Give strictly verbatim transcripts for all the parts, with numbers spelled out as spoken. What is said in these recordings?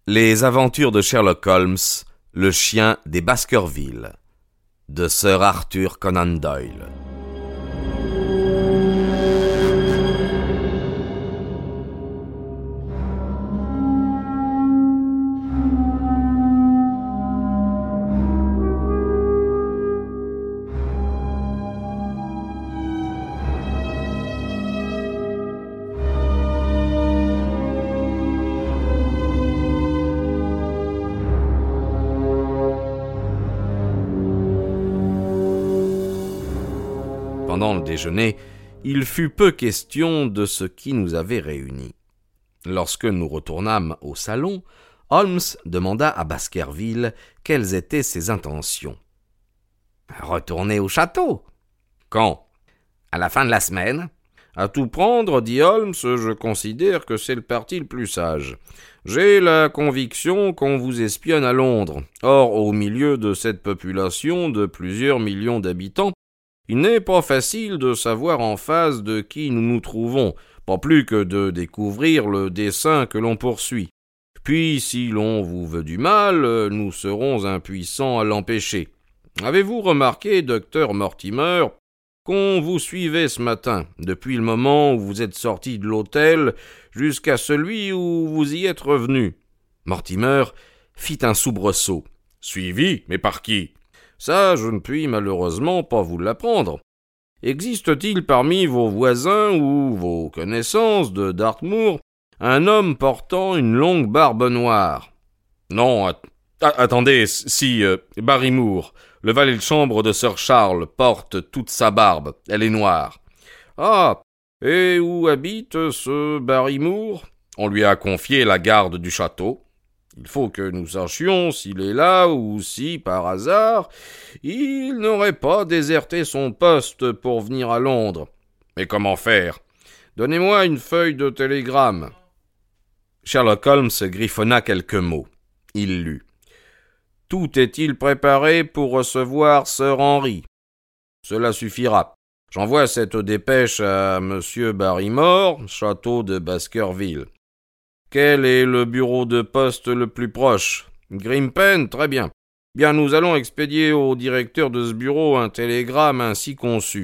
Les aventures de Sherlock Holmes, le chien des Baskerville, de Sir Arthur Conan Doyle. Pendant le déjeuner, il fut peu question de ce qui nous avait réunis. Lorsque nous retournâmes au salon, Holmes demanda à Baskerville quelles étaient ses intentions. « Retourner au château. »« Quand ?»« À la fin de la semaine. »« À tout prendre, dit Holmes, je considère que c'est le parti le plus sage. J'ai la conviction qu'on vous espionne à Londres. Or, au milieu de cette population de plusieurs millions d'habitants, il n'est pas facile de savoir en face de qui nous nous trouvons, pas plus que de découvrir le dessein que l'on poursuit. Puis, si l'on vous veut du mal, nous serons impuissants à l'empêcher. Avez-vous remarqué, docteur Mortimer, qu'on vous suivait ce matin, depuis le moment où vous êtes sorti de l'hôtel jusqu'à celui où vous y êtes revenu ?» Mortimer fit un soubresaut. « Suivi? Mais par qui ?» Ça, je ne puis malheureusement pas vous l'apprendre. Existe-t-il parmi vos voisins ou vos connaissances de Dartmoor un homme portant une longue barbe noire? Non, at- attendez, si euh, Barrymore, le valet de chambre de Sir Charles, porte toute sa barbe, elle est noire. Ah, et où habite ce Barrymore? On lui a confié la garde du château. Il faut que nous sachions s'il est là ou si, par hasard, il n'aurait pas déserté son poste pour venir à Londres. Mais comment faire? Donnez-moi une feuille de télégramme. Sherlock Holmes griffonna quelques mots. Il lut. Tout est-il préparé pour recevoir Sir Henry? Cela suffira. J'envoie cette dépêche à Monsieur Barrymore, château de Baskerville. Quel est le bureau de poste le plus proche? Grimpen, très bien. Bien, nous allons expédier au directeur de ce bureau un télégramme ainsi conçu.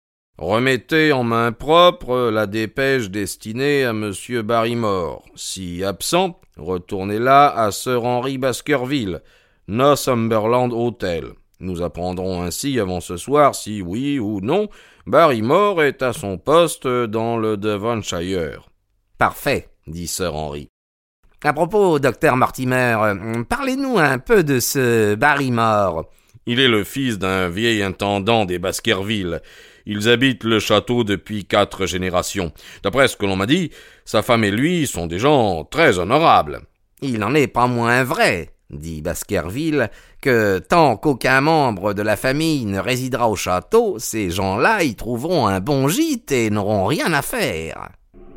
Remettez en main propre la dépêche destinée à Monsieur Barrymore. Si absent, retournez-la à Sir Henry Baskerville, Northumberland Hotel. Nous apprendrons ainsi avant ce soir si, oui ou non, Barrymore est à son poste dans le Devonshire. Parfait, dit Sir Henry. À propos, docteur Mortimer, euh, parlez-nous un peu de ce Barrymore. Il est le fils d'un vieil intendant des Baskerville. Ils habitent le château depuis quatre générations. D'après ce que l'on m'a dit, sa femme et lui sont des gens très honorables. Il n'en est pas moins vrai, dit Baskerville, que tant qu'aucun membre de la famille ne résidera au château, ces gens-là y trouveront un bon gîte et n'auront rien à faire.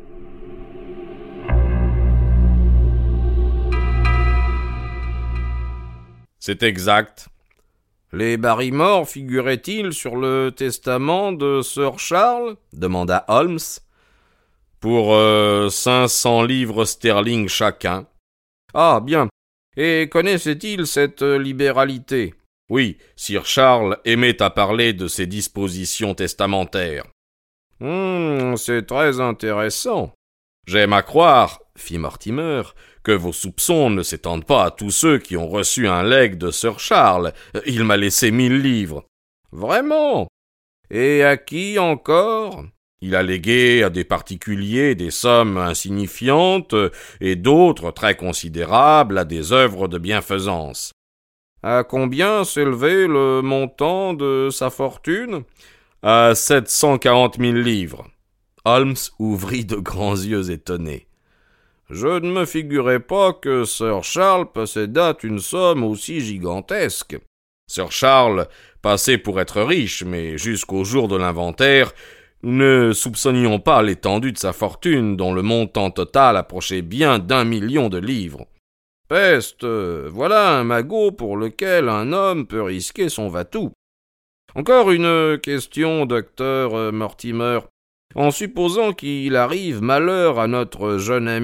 C'est exact. Les Barrymore figuraient-ils sur le testament de Sir Charles? Demanda Holmes. Pour euh, cinq cents livres sterling chacun. Ah, bien. Et connaissait-il cette libéralité? Oui, Sir Charles aimait à parler de ses dispositions testamentaires. Hum, c'est très intéressant. J'aime à croire, fit Mortimer, que vos soupçons ne s'étendent pas à tous ceux qui ont reçu un legs de Sir Charles. Il m'a laissé mille livres. Vraiment? Et à qui encore? Il a légué à des particuliers des sommes insignifiantes et d'autres très considérables à des œuvres de bienfaisance. À combien s'élevait le montant de sa fortune? À sept cent quarante mille livres. Holmes ouvrit de grands yeux étonnés. Je ne me figurais pas que Sir Charles possédât une somme aussi gigantesque. Sir Charles passait pour être riche, mais jusqu'au jour de l'inventaire, nous ne soupçonnions pas l'étendue de sa fortune, dont le montant total approchait bien d'un million de livres. Peste, voilà un magot pour lequel un homme peut risquer son va-tout. Encore une question, docteur Mortimer. En supposant qu'il arrive malheur à notre jeune ami,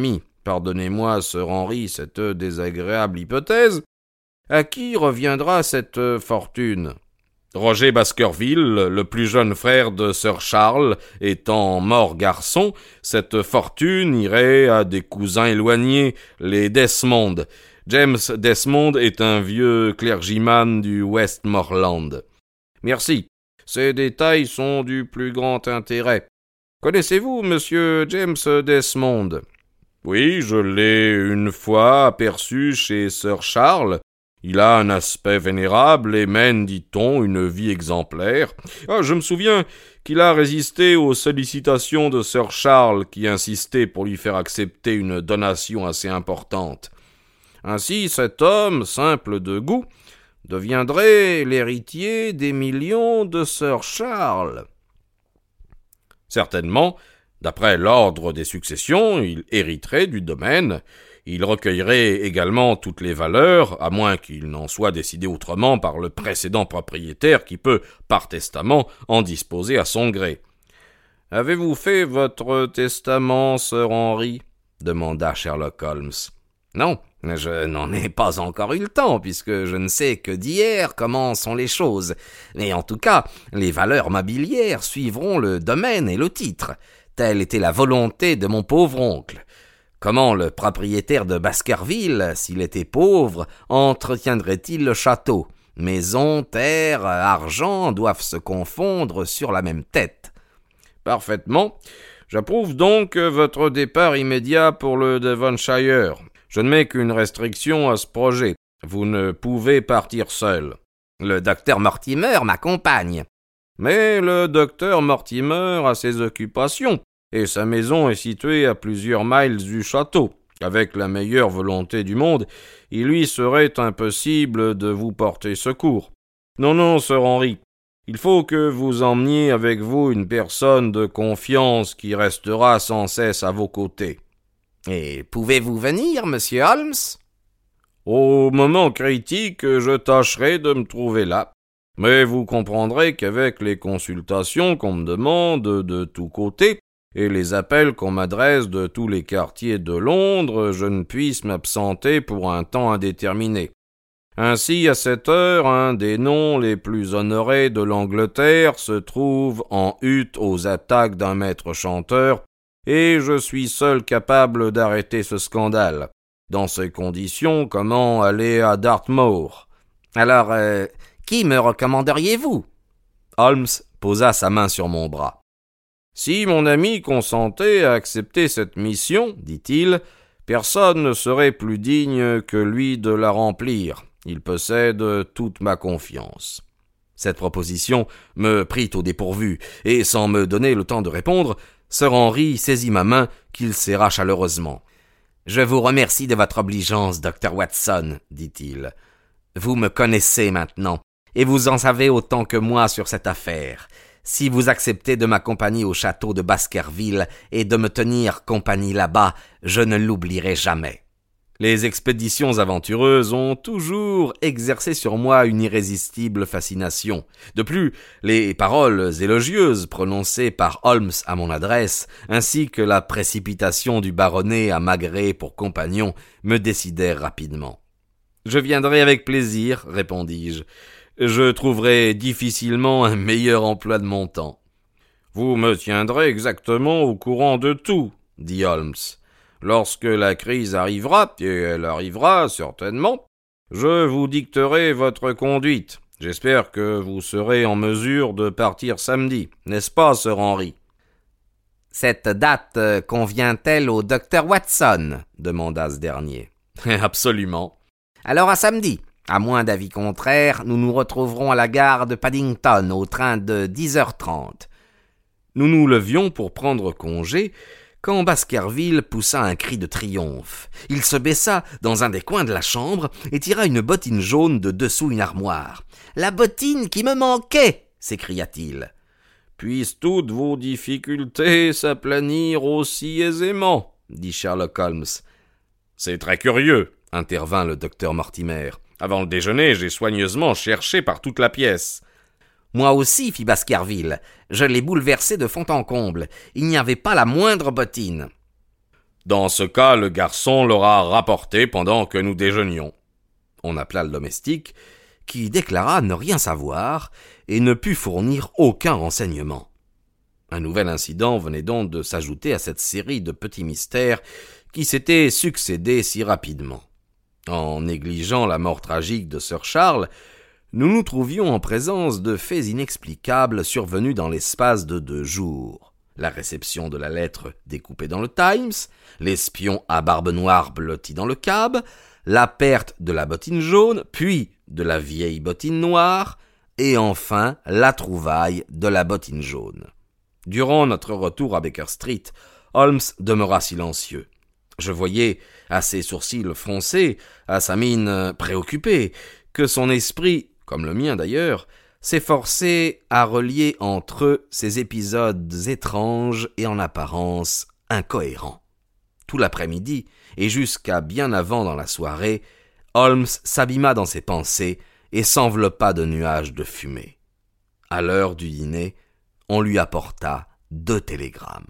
pardonnez-moi, Sir Henry, cette désagréable hypothèse, à qui reviendra cette fortune ? Roger Baskerville, le plus jeune frère de Sir Charles, étant mort garçon, cette fortune irait à des cousins éloignés, les Desmond. James Desmond est un vieux clergyman du Westmoreland. Merci. Ces détails sont du plus grand intérêt. Connaissez-vous monsieur James Desmond ? Oui, je l'ai une fois aperçu chez Sir Charles. Il a un aspect vénérable et mène, dit-on, une vie exemplaire. Ah, je me souviens qu'il a résisté aux sollicitations de Sir Charles qui insistait pour lui faire accepter une donation assez importante. Ainsi, cet homme, simple de goût, deviendrait l'héritier des millions de Sir Charles. Certainement, d'après l'ordre des successions, il hériterait du domaine. Il recueillerait également toutes les valeurs, à moins qu'il n'en soit décidé autrement par le précédent propriétaire qui peut, par testament, en disposer à son gré. « Avez-vous fait votre testament, Sir Henry ?» demanda Sherlock Holmes. « Non, je n'en ai pas encore eu le temps, puisque je ne sais que d'hier comment sont les choses. Mais en tout cas, les valeurs mobilières suivront le domaine et le titre. Telle était la volonté de mon pauvre oncle. Comment le propriétaire de Baskerville, s'il était pauvre, entretiendrait-il le château ? Maison, terre, argent doivent se confondre sur la même tête. » Parfaitement. J'approuve donc votre départ immédiat pour le Devonshire. Je ne mets qu'une restriction à ce projet. Vous ne pouvez partir seul. Le docteur Mortimer m'accompagne. Mais le docteur Mortimer a ses occupations, et sa maison est située à plusieurs miles du château. Avec la meilleure volonté du monde, il lui serait impossible de vous porter secours. Non, non, Sir Henry, il faut que vous emmeniez avec vous une personne de confiance qui restera sans cesse à vos côtés. Et pouvez-vous venir, monsieur Holmes ? Au moment critique, je tâcherai de me trouver là. Mais vous comprendrez qu'avec les consultations qu'on me demande de tous côtés, et les appels qu'on m'adresse de tous les quartiers de Londres, je ne puisse m'absenter pour un temps indéterminé. Ainsi, à cette heure, un des noms les plus honorés de l'Angleterre se trouve en hutte aux attaques d'un maître chanteur, et je suis seul capable d'arrêter ce scandale. Dans ces conditions, comment aller à Dartmoor ? Alors, euh, qui me recommanderiez-vous ? Holmes posa sa main sur mon bras. Si mon ami consentait à accepter cette mission, dit-il, personne ne serait plus digne que lui de la remplir. Il possède toute ma confiance. Cette proposition me prit au dépourvu, et sans me donner le temps de répondre, Sir Henry saisit ma main qu'il serra chaleureusement. « Je vous remercie de votre obligeance, docteur Watson, dit-il. Vous me connaissez maintenant, et vous en savez autant que moi sur cette affaire. Si vous acceptez de m'accompagner au château de Baskerville et de me tenir compagnie là-bas, je ne l'oublierai jamais. » Les expéditions aventureuses ont toujours exercé sur moi une irrésistible fascination. De plus, les paroles élogieuses prononcées par Holmes à mon adresse, ainsi que la précipitation du baronnet à m'agréer pour compagnon, me décidèrent rapidement. « Je viendrai avec plaisir, » répondis-je. « Je trouverai difficilement un meilleur emploi de mon temps. »« Vous me tiendrez exactement au courant de tout, » dit Holmes. Lorsque la crise arrivera, et elle arrivera certainement, je vous dicterai votre conduite. J'espère que vous serez en mesure de partir samedi, n'est-ce pas, Sir Henry ? Cette date convient-elle au docteur Watson ? Demanda ce dernier. Absolument. Alors à samedi. À moins d'avis contraire, nous nous retrouverons à la gare de Paddington au train de dix heures trente. Nous nous levions pour prendre congé, quand Baskerville poussa un cri de triomphe. Il se baissa dans un des coins de la chambre et tira une bottine jaune de dessous une armoire. « La bottine qui me manquait !» s'écria-t-il. « Puissent toutes vos difficultés s'aplanir aussi aisément ?» dit Sherlock Holmes. « C'est très curieux !» intervint le docteur Mortimer. « Avant le déjeuner, j'ai soigneusement cherché par toute la pièce. » Moi aussi, fit Baskerville. Je l'ai bouleversé de fond en comble. Il n'y avait pas la moindre bottine. Dans ce cas, le garçon l'aura rapporté pendant que nous déjeunions. » On appela le domestique, qui déclara ne rien savoir et ne put fournir aucun renseignement. Un nouvel incident venait donc de s'ajouter à cette série de petits mystères qui s'étaient succédés si rapidement. En négligeant la mort tragique de Sir Charles, nous nous trouvions en présence de faits inexplicables survenus dans l'espace de deux jours. La réception de la lettre découpée dans le Times, l'espion à barbe noire blotti dans le cab, la perte de la bottine jaune, puis de la vieille bottine noire, et enfin la trouvaille de la bottine jaune. Durant notre retour à Baker Street, Holmes demeura silencieux. Je voyais, à ses sourcils froncés, à sa mine préoccupée, que son esprit, comme le mien d'ailleurs, s'efforçait à relier entre eux ces épisodes étranges et en apparence incohérents. Tout l'après-midi, et jusqu'à bien avant dans la soirée, Holmes s'abîma dans ses pensées et s'enveloppa de nuages de fumée. À l'heure du dîner, on lui apporta deux télégrammes.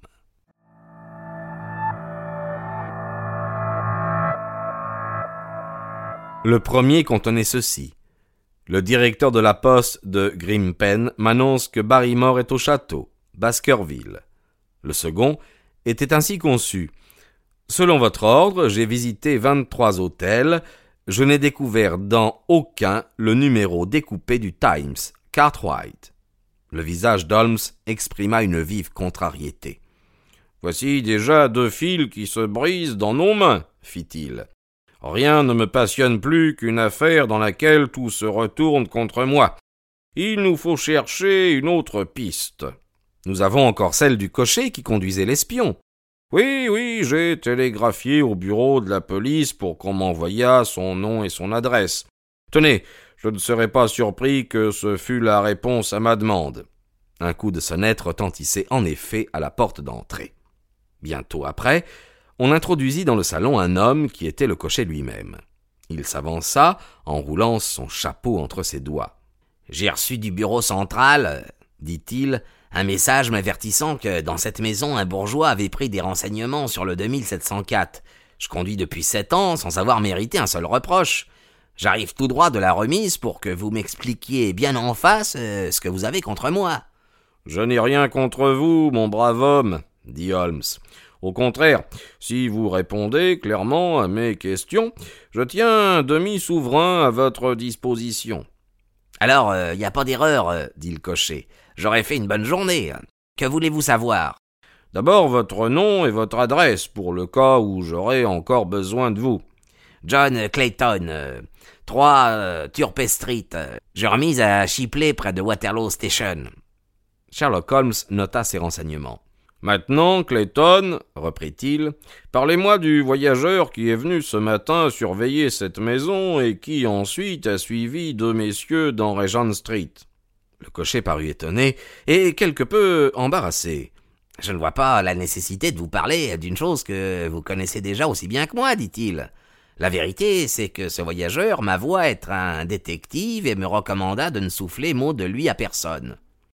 Le premier contenait ceci. Le directeur de la poste de Grimpen m'annonce que Barrymore est au château, Baskerville. Le second était ainsi conçu. Selon votre ordre, j'ai visité vingt-trois hôtels. Je n'ai découvert dans aucun le numéro découpé du Times, Cartwright. Le visage d'Holmes exprima une vive contrariété. « Voici déjà deux fils qui se brisent dans nos mains, fit-il. Rien ne me passionne plus qu'une affaire dans laquelle tout se retourne contre moi. Il nous faut chercher une autre piste. Nous avons encore celle du cocher qui conduisait l'espion. Oui, oui, j'ai télégraphié au bureau de la police pour qu'on m'envoyât son nom et son adresse. Tenez, je ne serais pas surpris que ce fût la réponse à ma demande. » Un coup de sonnette retentissait en effet à la porte d'entrée. Bientôt après, on introduisit dans le salon un homme qui était le cocher lui-même. Il s'avança en roulant son chapeau entre ses doigts. « J'ai reçu du bureau central, dit-il, un message m'avertissant que dans cette maison un bourgeois avait pris des renseignements sur le deux mille sept cent quatre. Je conduis depuis sept ans sans avoir mérité un seul reproche. J'arrive tout droit de la remise pour que vous m'expliquiez bien en face euh, ce que vous avez contre moi. »« Je n'ai rien contre vous, mon brave homme, » dit Holmes. « Au contraire, si vous répondez clairement à mes questions, je tiens un demi-souverain à votre disposition. »« Alors, il euh, n'y a pas d'erreur, euh, dit le cocher. J'aurais fait une bonne journée. Que voulez-vous savoir ? » ?»« D'abord votre nom et votre adresse, pour le cas où j'aurais encore besoin de vous. »« John Clayton, euh, trois euh, Turpey Street. Euh, j'ai remise à Shipley près de Waterloo Station. » Sherlock Holmes nota ces renseignements. « Maintenant, Clayton, reprit-il, parlez-moi du voyageur qui est venu ce matin surveiller cette maison et qui ensuite a suivi deux messieurs dans Regent Street. » Le cocher parut étonné et quelque peu embarrassé. « Je ne vois pas la nécessité de vous parler d'une chose que vous connaissez déjà aussi bien que moi, dit-il. La vérité, c'est que ce voyageur m'avoua être un détective et me recommanda de ne souffler mot de lui à personne. »«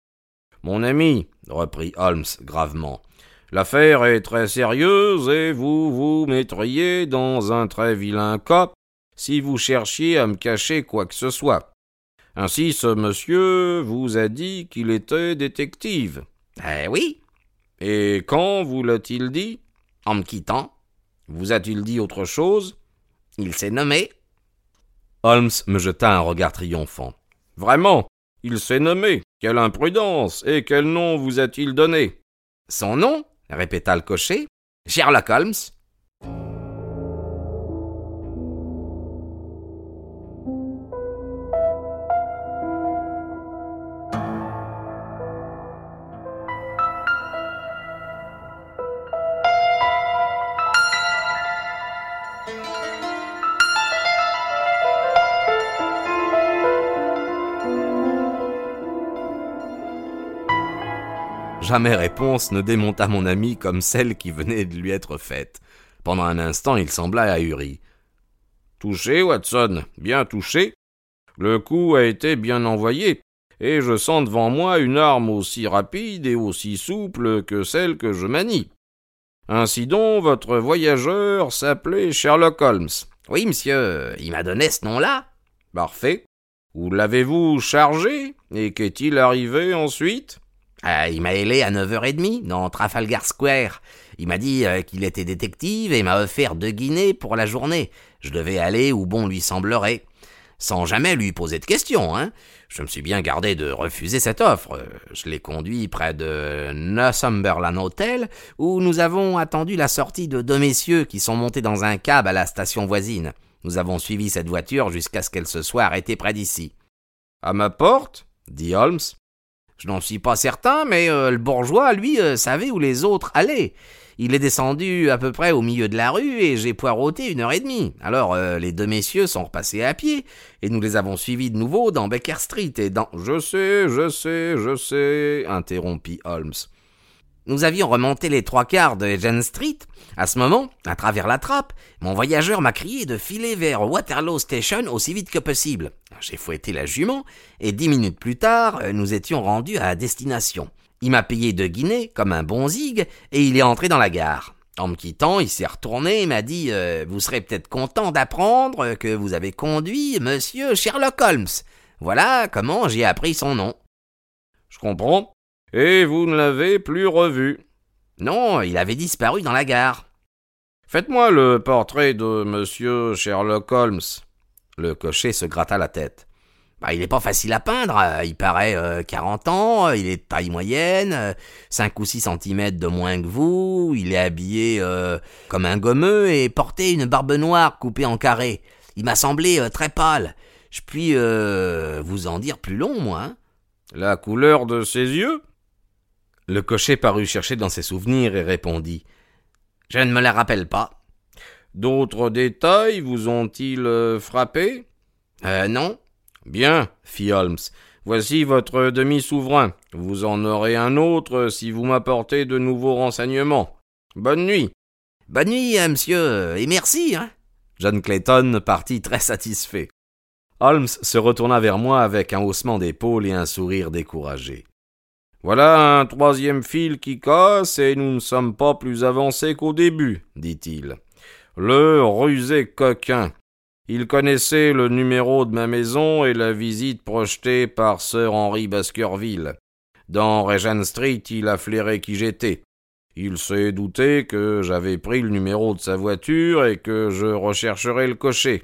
Mon ami, reprit Holmes gravement, l'affaire est très sérieuse et vous vous mettriez dans un très vilain cas si vous cherchiez à me cacher quoi que ce soit. Ainsi, ce monsieur vous a dit qu'il était détective. »« Eh oui. »« Et quand vous l'a-t-il dit ? » ?»« En me quittant. »« Vous a-t-il dit autre chose ? » ?»« Il s'est nommé. » Holmes me jeta un regard triomphant. « Vraiment ? Il s'est nommé. Quelle imprudence. Et quel nom vous a-t-il donné ? » ?»« Son nom ? » répéta le cocher. « Sherlock Holmes. » Jamais réponse ne démonta mon ami comme celle qui venait de lui être faite. Pendant un instant, il sembla ahuri. « Touché, Watson, bien touché. Le coup a été bien envoyé, et je sens devant moi une arme aussi rapide et aussi souple que celle que je manie. Ainsi donc, votre voyageur s'appelait Sherlock Holmes. Oui, monsieur, il m'a donné ce nom-là. Parfait. Où l'avez-vous chargé, et qu'est-il arrivé ensuite? Euh, il m'a hélé à neuf heures trente dans Trafalgar Square. Il m'a dit euh, qu'il était détective et m'a offert deux guinées pour la journée. Je devais aller où bon lui semblerait. Sans jamais lui poser de questions, hein. Je me suis bien gardé de refuser cette offre. Je l'ai conduit près de Northumberland Hotel, où nous avons attendu la sortie de deux messieurs qui sont montés dans un cab à la station voisine. Nous avons suivi cette voiture jusqu'à ce qu'elle se soit arrêtée près d'ici. « À ma porte ?» dit Holmes. « Je n'en suis pas certain, mais euh, le bourgeois, lui, euh, savait où les autres allaient. Il est descendu à peu près au milieu de la rue et j'ai poireauté une heure et demie. Alors euh, les deux messieurs sont repassés à pied et nous les avons suivis de nouveau dans Baker Street et dans... »« Je sais, je sais, je sais, » interrompit Holmes. Nous avions remonté les trois quarts de Jane Street. À ce moment, à travers la trappe, mon voyageur m'a crié de filer vers Waterloo Station aussi vite que possible. J'ai fouetté la jument et dix minutes plus tard, nous étions rendus à destination. Il m'a payé deux guinées, comme un bon zig, et il est entré dans la gare. En me quittant, il s'est retourné et m'a dit euh, « Vous serez peut-être content d'apprendre que vous avez conduit monsieur Sherlock Holmes. Voilà comment j'ai appris son nom. » Je comprends. Et vous ne l'avez plus revu? Non, il avait disparu dans la gare. Faites-moi le portrait de monsieur Sherlock Holmes. Le cocher se gratta la tête. Bah, il n'est pas facile à peindre, il paraît euh, quarante ans, il est de taille moyenne, euh, cinq ou six centimètres de moins que vous, il est habillé euh, comme un gommeux et portait une barbe noire coupée en carré. Il m'a semblé euh, très pâle. Je puis euh, vous en dire plus long, moi. Hein. La couleur de ses yeux? Le cocher parut chercher dans ses souvenirs et répondit « Je ne me la rappelle pas. »« D'autres détails vous ont-ils euh, frappé? »« Euh, non. » « Bien, fit Holmes. Voici votre demi-souverain. Vous en aurez un autre si vous m'apportez de nouveaux renseignements. Bonne nuit. »« Bonne nuit, monsieur, et merci. Hein. » John Clayton partit très satisfait. Holmes se retourna vers moi avec un haussement d'épaules et un sourire découragé. « Voilà un troisième fil qui casse et nous ne sommes pas plus avancés qu'au début, dit-il. Le rusé coquin. Il connaissait le numéro de ma maison et la visite projetée par Sir Henry Baskerville. Dans Regent Street, il a flairé qui j'étais. Il s'est douté que j'avais pris le numéro de sa voiture et que je rechercherais le cocher.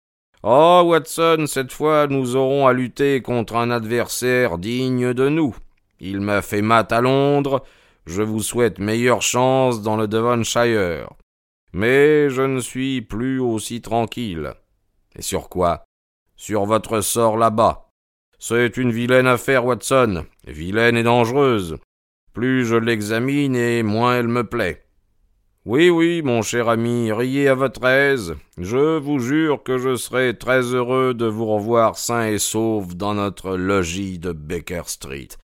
Oh, Watson, cette fois nous aurons à lutter contre un adversaire digne de nous. Il m'a fait mat à Londres, je vous souhaite meilleure chance dans le Devonshire. Mais je ne suis plus aussi tranquille. Et sur quoi? Sur votre sort là-bas. C'est une vilaine affaire, Watson, vilaine et dangereuse. Plus je l'examine et moins elle me plaît. Oui, oui, mon cher ami, riez à votre aise. Je vous jure que je serai très heureux de vous revoir sain et sauf dans notre logis de Baker Street.